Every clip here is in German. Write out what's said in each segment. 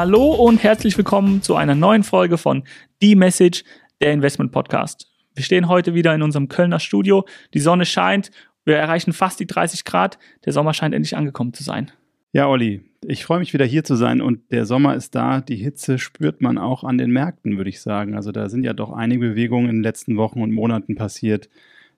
Hallo und herzlich willkommen zu einer neuen Folge von Die Message, der Investment Podcast. Wir stehen heute wieder in unserem Kölner Studio. Die Sonne scheint, wir erreichen fast die 30 Grad. Der Sommer scheint endlich angekommen zu sein. Ja, Olli, ich freue mich wieder hier zu sein und der Sommer ist da. Die Hitze spürt man auch an den Märkten, würde ich sagen. Also da sind ja doch einige Bewegungen in den letzten Wochen und Monaten passiert,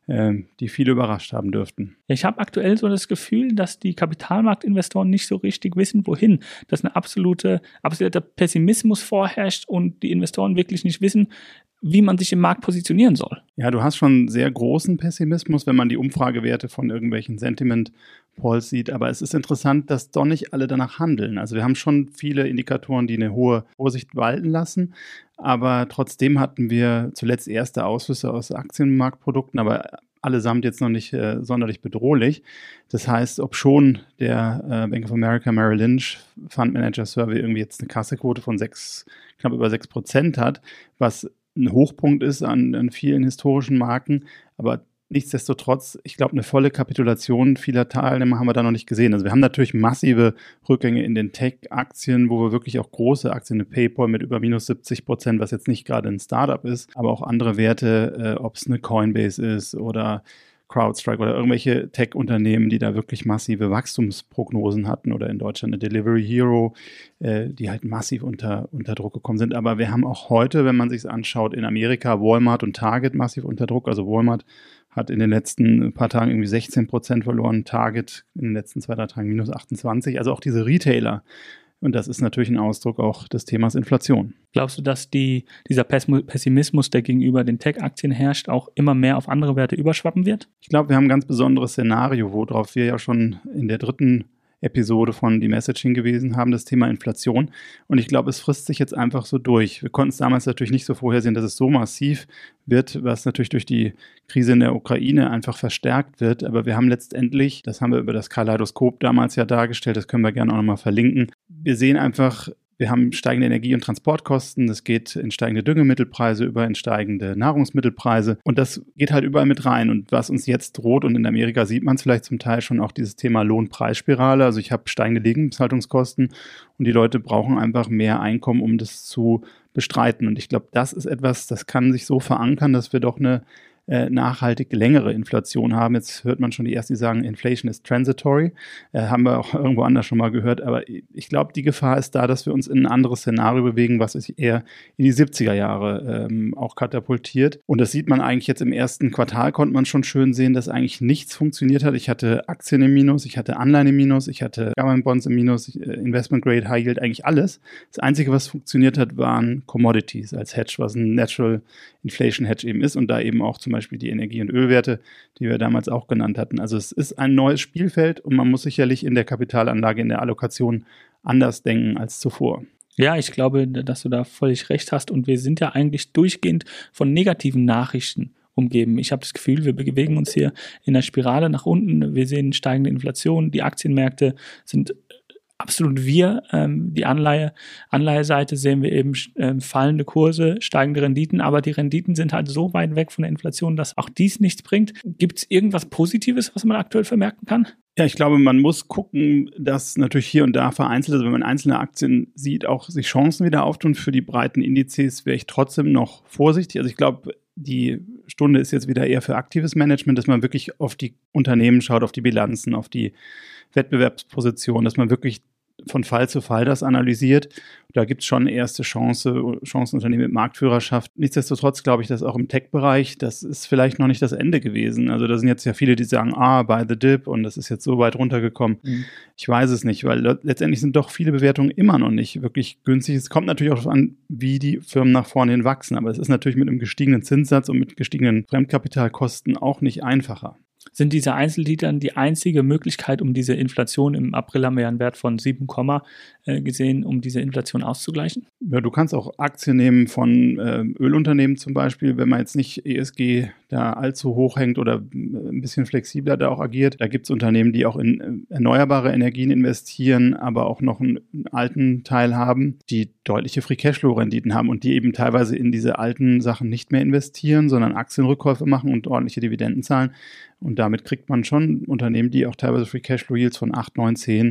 die viele überrascht haben dürften. Ich habe aktuell so das Gefühl, dass die Kapitalmarktinvestoren nicht so richtig wissen, wohin. Dass ein absoluter Pessimismus vorherrscht und die Investoren wirklich nicht wissen, wie man sich im Markt positionieren soll. Ja, du hast schon sehr großen Pessimismus, wenn man die Umfragewerte von irgendwelchen Sentiment-Polls sieht. Aber es ist interessant, dass doch nicht alle danach handeln. Also wir haben schon viele Indikatoren, die eine hohe Vorsicht walten lassen. Aber trotzdem hatten wir zuletzt erste Ausschlüsse aus Aktienmarktprodukten, aber allesamt jetzt noch nicht sonderlich bedrohlich. Das heißt, ob schon der Bank of America Merrill Lynch Fund Manager Survey irgendwie jetzt eine Kassequote von knapp über 6% hat, was ein Hochpunkt ist an vielen historischen Marken, aber nichtsdestotrotz, ich glaube, eine volle Kapitulation vieler Teilnehmer haben wir da noch nicht gesehen. Also wir haben natürlich massive Rückgänge in den Tech-Aktien, wo wir wirklich auch große Aktien, eine PayPal mit über minus 70%, was jetzt nicht gerade ein Startup ist, aber auch andere Werte, ob es eine Coinbase ist oder CrowdStrike oder irgendwelche Tech-Unternehmen, die da wirklich massive Wachstumsprognosen hatten oder in Deutschland eine Delivery Hero, die halt massiv unter Druck gekommen sind. Aber wir haben auch heute, wenn man sich es anschaut, in Amerika Walmart und Target massiv unter Druck. Also Walmart hat in den letzten paar Tagen irgendwie 16% verloren, Target in den letzten 2-3 Tagen minus 28%. Also auch diese Retailer. Und das ist natürlich ein Ausdruck auch des Themas Inflation. Glaubst du, dass dieser Pessimismus, der gegenüber den Tech-Aktien herrscht, auch immer mehr auf andere Werte überschwappen wird? Ich glaube, wir haben ein ganz besonderes Szenario, worauf wir ja schon in der 3. Episode von Die Message hingewiesen haben, das Thema Inflation. Und ich glaube, es frisst sich jetzt einfach so durch. Wir konnten es damals natürlich nicht so vorhersehen, dass es so massiv wird, was natürlich durch die Krise in der Ukraine einfach verstärkt wird. Aber wir haben letztendlich, das haben wir über das Kaleidoskop damals ja dargestellt, das können wir gerne auch nochmal verlinken. Wir sehen einfach, wir haben steigende Energie- und Transportkosten, das geht in steigende Düngemittelpreise über, in steigende Nahrungsmittelpreise und das geht halt überall mit rein. Und was uns jetzt droht, und in Amerika sieht man es vielleicht zum Teil schon auch dieses Thema Lohnpreisspirale, also ich habe steigende Lebenshaltungskosten und die Leute brauchen einfach mehr Einkommen, um das zu bestreiten. Und ich glaube, das ist etwas, das kann sich so verankern, dass wir doch eine nachhaltig längere Inflation haben. Jetzt hört man schon die Ersten, die sagen, Inflation is transitory. Haben wir auch irgendwo anders schon mal gehört. Aber ich glaube, die Gefahr ist da, dass wir uns in ein anderes Szenario bewegen, was sich eher in die 70er Jahre auch katapultiert. Und das sieht man eigentlich jetzt im ersten Quartal, konnte man schon schön sehen, dass eigentlich nichts funktioniert hat. Ich hatte Aktien im Minus, ich hatte Anleihen im Minus, ich hatte Government Bonds im Minus, Investment Grade, High Yield, eigentlich alles. Das Einzige, was funktioniert hat, waren Commodities als Hedge, was ein Natural Inflation Hedge eben ist und da eben auch zum Beispiel die Energie- und Ölwerte, die wir damals auch genannt hatten. Also es ist ein neues Spielfeld und man muss sicherlich in der Kapitalanlage, in der Allokation anders denken als zuvor. Ja, ich glaube, dass du da völlig recht hast und wir sind ja eigentlich durchgehend von negativen Nachrichten umgeben. Ich habe das Gefühl, wir bewegen uns hier in der Spirale nach unten. Wir sehen steigende Inflation, die Aktienmärkte sind absolut die Anleiheseite sehen wir eben fallende Kurse, steigende Renditen, aber die Renditen sind halt so weit weg von der Inflation, dass auch dies nichts bringt. Gibt es irgendwas Positives, was man aktuell vermerken kann? Ja, ich glaube, man muss gucken, dass natürlich hier und da vereinzelt, also wenn man einzelne Aktien sieht, auch sich Chancen wieder auftun. Für die breiten Indizes wäre ich trotzdem noch vorsichtig. Also ich glaube, die Stunde ist jetzt wieder eher für aktives Management, dass man wirklich auf die Unternehmen schaut, auf die Bilanzen, auf die Wettbewerbsposition, dass man wirklich von Fall zu Fall das analysiert. Da gibt es schon erste Chancenunternehmen mit Marktführerschaft. Nichtsdestotrotz glaube ich, dass auch im Tech-Bereich, das ist vielleicht noch nicht das Ende gewesen. Also da sind jetzt ja viele, die sagen, buy the dip und das ist jetzt so weit runtergekommen. Ich weiß es nicht, weil letztendlich sind doch viele Bewertungen immer noch nicht wirklich günstig. Es kommt natürlich auch darauf an, wie die Firmen nach vorne hin wachsen. Aber es ist natürlich mit einem gestiegenen Zinssatz und mit gestiegenen Fremdkapitalkosten auch nicht einfacher. Sind diese Einzeltiteln die einzige Möglichkeit, um diese Inflation, im April haben wir ja einen Wert von 7, gesehen, um diese Inflation auszugleichen? Ja, du kannst auch Aktien nehmen von Ölunternehmen zum Beispiel, wenn man jetzt nicht ESG da allzu hoch hängt oder ein bisschen flexibler da auch agiert. Da gibt es Unternehmen, die auch in erneuerbare Energien investieren, aber auch noch einen alten Teil haben, die deutliche Free-Cashflow-Renditen haben und die eben teilweise in diese alten Sachen nicht mehr investieren, sondern Aktienrückkäufe machen und ordentliche Dividenden zahlen. Und damit kriegt man schon Unternehmen, die auch teilweise Free-Cashflow-Yields von 8, 9, 10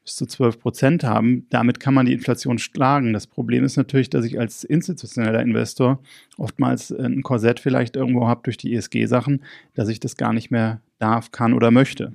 bis zu 12% haben. Damit kann man die Inflation schlagen. Das Problem ist natürlich, dass ich als institutioneller Investor oftmals ein Korsett vielleicht irgendwo habe durch die ESG-Sachen, dass ich das gar nicht mehr darf, kann oder möchte.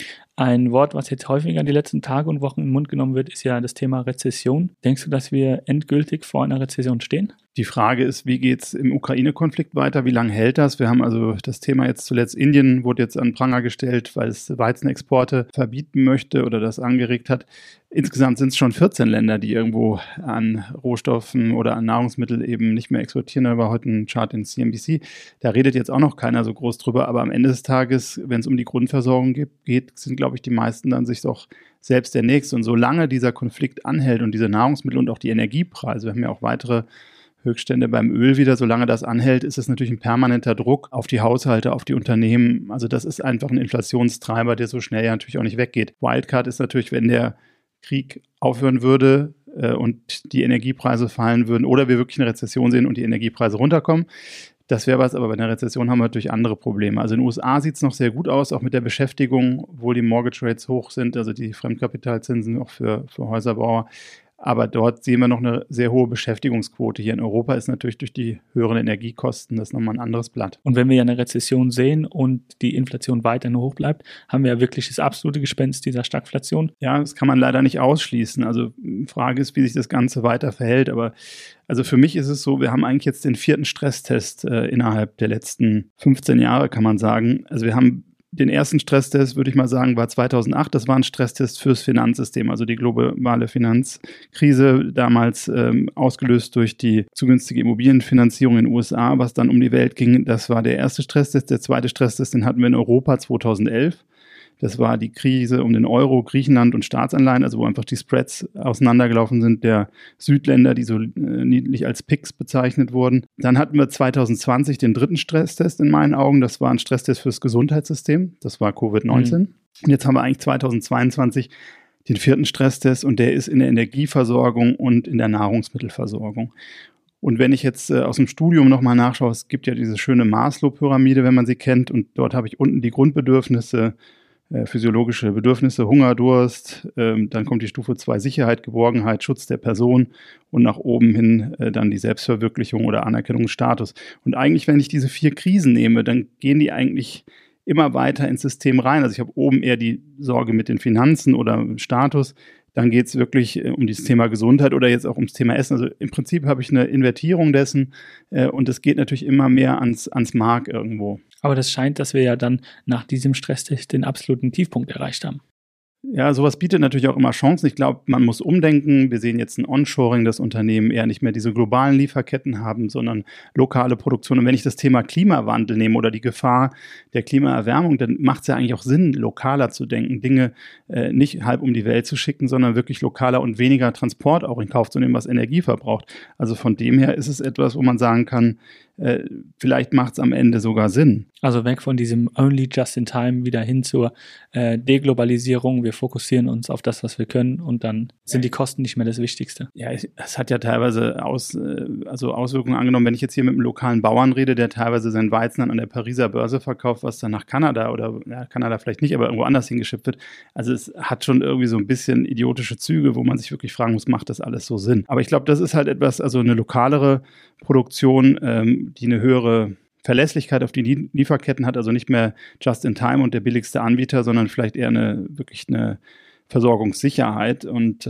Ein Wort, was jetzt häufiger die letzten Tage und Wochen in den Mund genommen wird, ist ja das Thema Rezession. Denkst du, dass wir endgültig vor einer Rezession stehen? Die Frage ist, wie geht es im Ukraine-Konflikt weiter? Wie lange hält das? Wir haben also das Thema jetzt zuletzt, Indien wurde jetzt an Pranger gestellt, weil es Weizenexporte verbieten möchte oder das angeregt hat. Insgesamt sind es schon 14 Länder, die irgendwo an Rohstoffen oder an Nahrungsmitteln eben nicht mehr exportieren. Da war heute ein Chart in CNBC. Da redet jetzt auch noch keiner so groß drüber. Aber am Ende des Tages, wenn es um die Grundversorgung geht, sind, glaube ich, die meisten dann sich doch selbst der Nächste. Und solange dieser Konflikt anhält und diese Nahrungsmittel und auch die Energiepreise, wir haben ja auch weitere Höchststände beim Öl wieder, solange das anhält, ist es natürlich ein permanenter Druck auf die Haushalte, auf die Unternehmen. Also das ist einfach ein Inflationstreiber, der so schnell ja natürlich auch nicht weggeht. Wildcard ist natürlich, wenn der Krieg aufhören würde und die Energiepreise fallen würden oder wir wirklich eine Rezession sehen und die Energiepreise runterkommen. Das wäre was, aber bei einer Rezession haben wir natürlich andere Probleme. Also in den USA sieht es noch sehr gut aus, auch mit der Beschäftigung, obwohl die Mortgage Rates hoch sind, also die Fremdkapitalzinsen auch für Häuserbauer. Aber dort sehen wir noch eine sehr hohe Beschäftigungsquote. Hier in Europa ist natürlich durch die höheren Energiekosten das nochmal ein anderes Blatt. Und wenn wir ja eine Rezession sehen und die Inflation weiterhin hoch bleibt, haben wir ja wirklich das absolute Gespenst dieser Stagflation. Ja, das kann man leider nicht ausschließen. Also die Frage ist, wie sich das Ganze weiter verhält. Aber also für mich ist es so, wir haben eigentlich jetzt den 4. Stresstest innerhalb der letzten 15 Jahre, kann man sagen. Also wir haben den ersten Stresstest, würde ich mal sagen, war 2008. Das war ein Stresstest fürs Finanzsystem, also die globale Finanzkrise, damals ausgelöst durch die zu günstige Immobilienfinanzierung in den USA, was dann um die Welt ging. Das war der erste Stresstest. Der zweite Stresstest, den hatten wir in Europa 2011. Das war die Krise um den Euro, Griechenland und Staatsanleihen, also wo einfach die Spreads auseinandergelaufen sind, der Südländer, die so niedlich als PIGS bezeichnet wurden. Dann hatten wir 2020 den dritten Stresstest in meinen Augen. Das war ein Stresstest fürs Gesundheitssystem. Das war Covid-19. Und jetzt haben wir eigentlich 2022 den vierten Stresstest und der ist in der Energieversorgung und in der Nahrungsmittelversorgung. Und wenn ich jetzt aus dem Studium nochmal nachschaue, es gibt ja diese schöne Maslow-Pyramide, wenn man sie kennt, und dort habe ich unten die Grundbedürfnisse, physiologische Bedürfnisse, Hunger, Durst, dann kommt die Stufe 2 Sicherheit, Geborgenheit, Schutz der Person und nach oben hin dann die Selbstverwirklichung oder Anerkennungsstatus. Und eigentlich, wenn ich diese 4 Krisen nehme, dann gehen die eigentlich immer weiter ins System rein. Also ich habe oben eher die Sorge mit den Finanzen oder Status. Dann geht es wirklich um dieses Thema Gesundheit oder jetzt auch ums Thema Essen. Also im Prinzip habe ich eine Invertierung dessen und es geht natürlich immer mehr ans Mark irgendwo. Aber das scheint, dass wir ja dann nach diesem Stresstest den absoluten Tiefpunkt erreicht haben. Ja, sowas bietet natürlich auch immer Chancen. Ich glaube, man muss umdenken. Wir sehen jetzt ein Onshoring, dass Unternehmen eher nicht mehr diese globalen Lieferketten haben, sondern lokale Produktion. Und wenn ich das Thema Klimawandel nehme oder die Gefahr der Klimaerwärmung, dann macht es ja eigentlich auch Sinn, lokaler zu denken, Dinge nicht halb um die Welt zu schicken, sondern wirklich lokaler und weniger Transport auch in Kauf zu nehmen, was Energie verbraucht. Also von dem her ist es etwas, wo man sagen kann, vielleicht macht es am Ende sogar Sinn. Also weg von diesem Only Just in Time wieder hin zur Deglobalisierung. Wir fokussieren uns auf das, was wir können und dann sind die Kosten nicht mehr das Wichtigste. Ja, es hat ja teilweise Auswirkungen angenommen, wenn ich jetzt hier mit einem lokalen Bauern rede, der teilweise seinen Weizen dann an der Pariser Börse verkauft, was dann nach Kanada oder Kanada vielleicht nicht, aber irgendwo anders hingeschippt wird. Also es hat schon irgendwie so ein bisschen idiotische Züge, wo man sich wirklich fragen muss, macht das alles so Sinn? Aber ich glaube, das ist halt etwas, also eine lokalere Produktion, die eine höhere Verlässlichkeit auf die Lieferketten hat, also nicht mehr just in time und der billigste Anbieter, sondern vielleicht eher wirklich eine Versorgungssicherheit. Und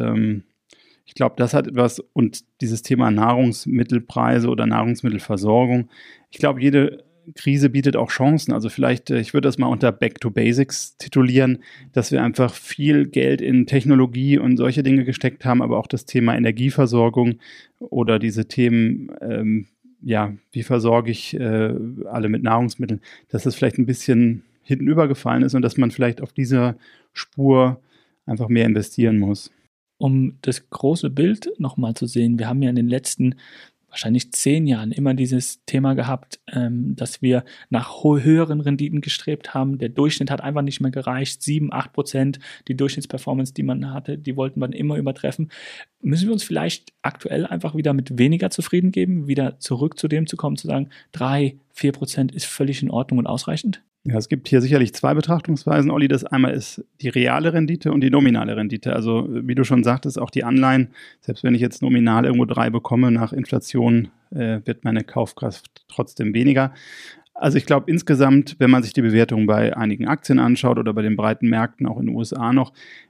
ich glaube, das hat etwas, und dieses Thema Nahrungsmittelpreise oder Nahrungsmittelversorgung, ich glaube, jede Krise bietet auch Chancen. Also vielleicht, ich würde das mal unter Back to Basics titulieren, dass wir einfach viel Geld in Technologie und solche Dinge gesteckt haben, aber auch das Thema Energieversorgung oder diese Themen, wie versorge ich alle mit Nahrungsmitteln, dass das vielleicht ein bisschen hinten übergefallen ist und dass man vielleicht auf dieser Spur einfach mehr investieren muss. Um das große Bild nochmal zu sehen, wir haben ja in den letzten wahrscheinlich 10 Jahren immer dieses Thema gehabt, dass wir nach höheren Renditen gestrebt haben. Der Durchschnitt hat einfach nicht mehr gereicht. 7-8%, die Durchschnittsperformance, die man hatte, die wollten wir immer übertreffen. Müssen wir uns vielleicht aktuell einfach wieder mit weniger zufrieden geben, wieder zurück zu dem zu kommen, zu sagen, 3-4% ist völlig in Ordnung und ausreichend? Ja, es gibt hier sicherlich zwei Betrachtungsweisen, Olli. Das einmal ist die reale Rendite und die nominale Rendite. Also wie du schon sagtest, auch die Anleihen, selbst wenn ich jetzt nominal irgendwo 3 bekomme, nach Inflation wird meine Kaufkraft trotzdem weniger. Also ich glaube insgesamt, wenn man sich die Bewertung bei einigen Aktien anschaut oder bei den breiten Märkten, auch in den USA noch,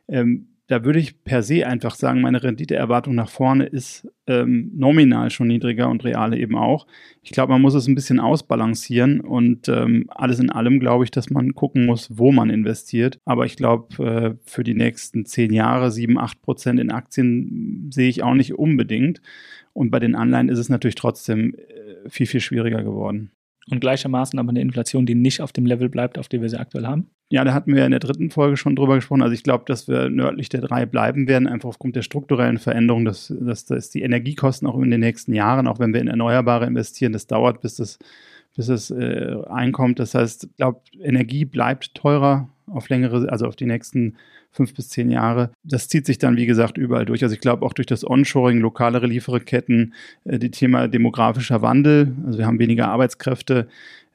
da würde ich per se einfach sagen, meine Renditeerwartung nach vorne ist nominal schon niedriger und reale eben auch. Ich glaube, man muss es ein bisschen ausbalancieren und alles in allem glaube ich, dass man gucken muss, wo man investiert. Aber ich glaube, für die nächsten 10 Jahre 7-8% in Aktien sehe ich auch nicht unbedingt. Und bei den Anleihen ist es natürlich trotzdem viel, viel schwieriger geworden. Und gleichermaßen aber eine Inflation, die nicht auf dem Level bleibt, auf dem wir sie aktuell haben? Ja, da hatten wir in der 3. Folge schon drüber gesprochen. Also ich glaube, dass wir nördlich der 3 bleiben werden, einfach aufgrund der strukturellen Veränderung, dass die Energiekosten auch in den nächsten Jahren, auch wenn wir in Erneuerbare investieren, das dauert, bis es einkommt. Das heißt, ich glaube, Energie bleibt teurer auf die nächsten 5 bis 10 Jahre. Das zieht sich dann, wie gesagt, überall durch. Also ich glaube auch durch das Onshoring, lokalere Lieferketten, die Thema demografischer Wandel. Also wir haben weniger Arbeitskräfte.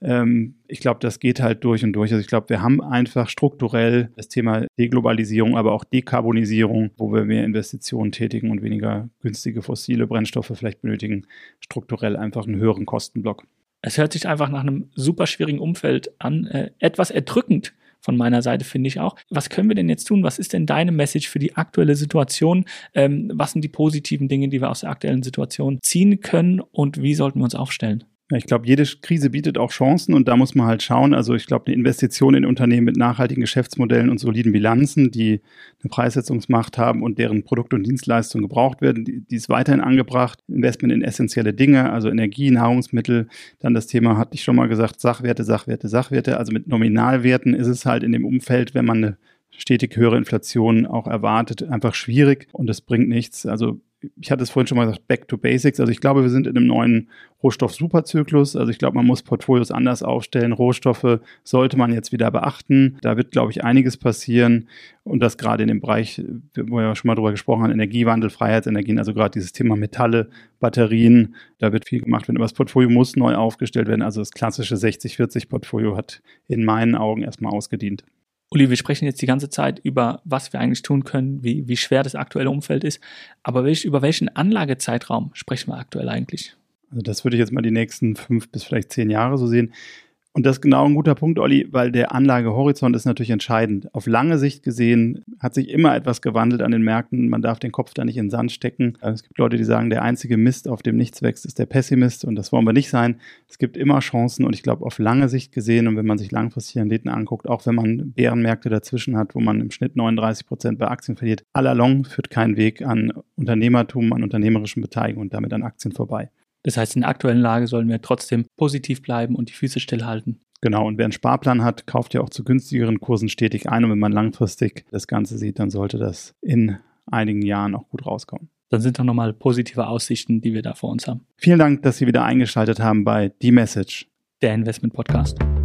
Ich glaube, das geht halt durch und durch. Also ich glaube, wir haben einfach strukturell das Thema Deglobalisierung, aber auch Dekarbonisierung, wo wir mehr Investitionen tätigen und weniger günstige fossile Brennstoffe vielleicht benötigen, strukturell einfach einen höheren Kostenblock. Es hört sich einfach nach einem super schwierigen Umfeld an, etwas erdrückend von meiner Seite, finde ich auch. Was können wir denn jetzt tun? Was ist denn deine Message für die aktuelle Situation? Was sind die positiven Dinge, die wir aus der aktuellen Situation ziehen können und wie sollten wir uns aufstellen? Ja, ich glaube, jede Krise bietet auch Chancen und da muss man halt schauen. Also ich glaube, eine Investition in Unternehmen mit nachhaltigen Geschäftsmodellen und soliden Bilanzen, die eine Preissetzungsmacht haben und deren Produkte und Dienstleistungen gebraucht werden, die ist weiterhin angebracht. Investment in essentielle Dinge, also Energie, Nahrungsmittel. Dann das Thema, hatte ich schon mal gesagt, Sachwerte. Also mit Nominalwerten ist es halt in dem Umfeld, wenn man eine stetig höhere Inflation auch erwartet, einfach schwierig und das bringt nichts. Also ich hatte es vorhin schon mal gesagt, back to basics. Also ich glaube, wir sind in einem neuen Rohstoff-Superzyklus. Also ich glaube, man muss Portfolios anders aufstellen. Rohstoffe sollte man jetzt wieder beachten. Da wird, glaube ich, einiges passieren. Und das gerade in dem Bereich, wo wir ja schon mal drüber gesprochen haben, Energiewandel, Freiheitsenergien, also gerade dieses Thema Metalle, Batterien, da wird viel gemacht werden. Aber das Portfolio muss neu aufgestellt werden. Also das klassische 60-40-Portfolio hat in meinen Augen erstmal ausgedient. Uli, wir sprechen jetzt die ganze Zeit über, was wir eigentlich tun können, wie schwer das aktuelle Umfeld ist. Aber über welchen Anlagezeitraum sprechen wir aktuell eigentlich? Also das würde ich jetzt mal die nächsten 5 bis vielleicht 10 Jahre so sehen. Und das ist genau ein guter Punkt, Olli, weil der Anlagehorizont ist natürlich entscheidend. Auf lange Sicht gesehen hat sich immer etwas gewandelt an den Märkten. Man darf den Kopf da nicht in den Sand stecken. Es gibt Leute, die sagen, der einzige Mist, auf dem nichts wächst, ist der Pessimist. Und das wollen wir nicht sein. Es gibt immer Chancen. Und ich glaube, auf lange Sicht gesehen und wenn man sich langfristig Renditen anguckt, auch wenn man Bärenmärkte dazwischen hat, wo man im Schnitt 39% bei Aktien verliert, à la longue führt kein Weg an Unternehmertum, an unternehmerischen Beteiligung und damit an Aktien vorbei. Das heißt, in der aktuellen Lage sollen wir trotzdem positiv bleiben und die Füße stillhalten. Genau, und wer einen Sparplan hat, kauft ja auch zu günstigeren Kursen stetig ein. Und wenn man langfristig das Ganze sieht, dann sollte das in einigen Jahren auch gut rauskommen. Dann sind doch nochmal positive Aussichten, die wir da vor uns haben. Vielen Dank, dass Sie wieder eingeschaltet haben bei The Message, der Investment Podcast.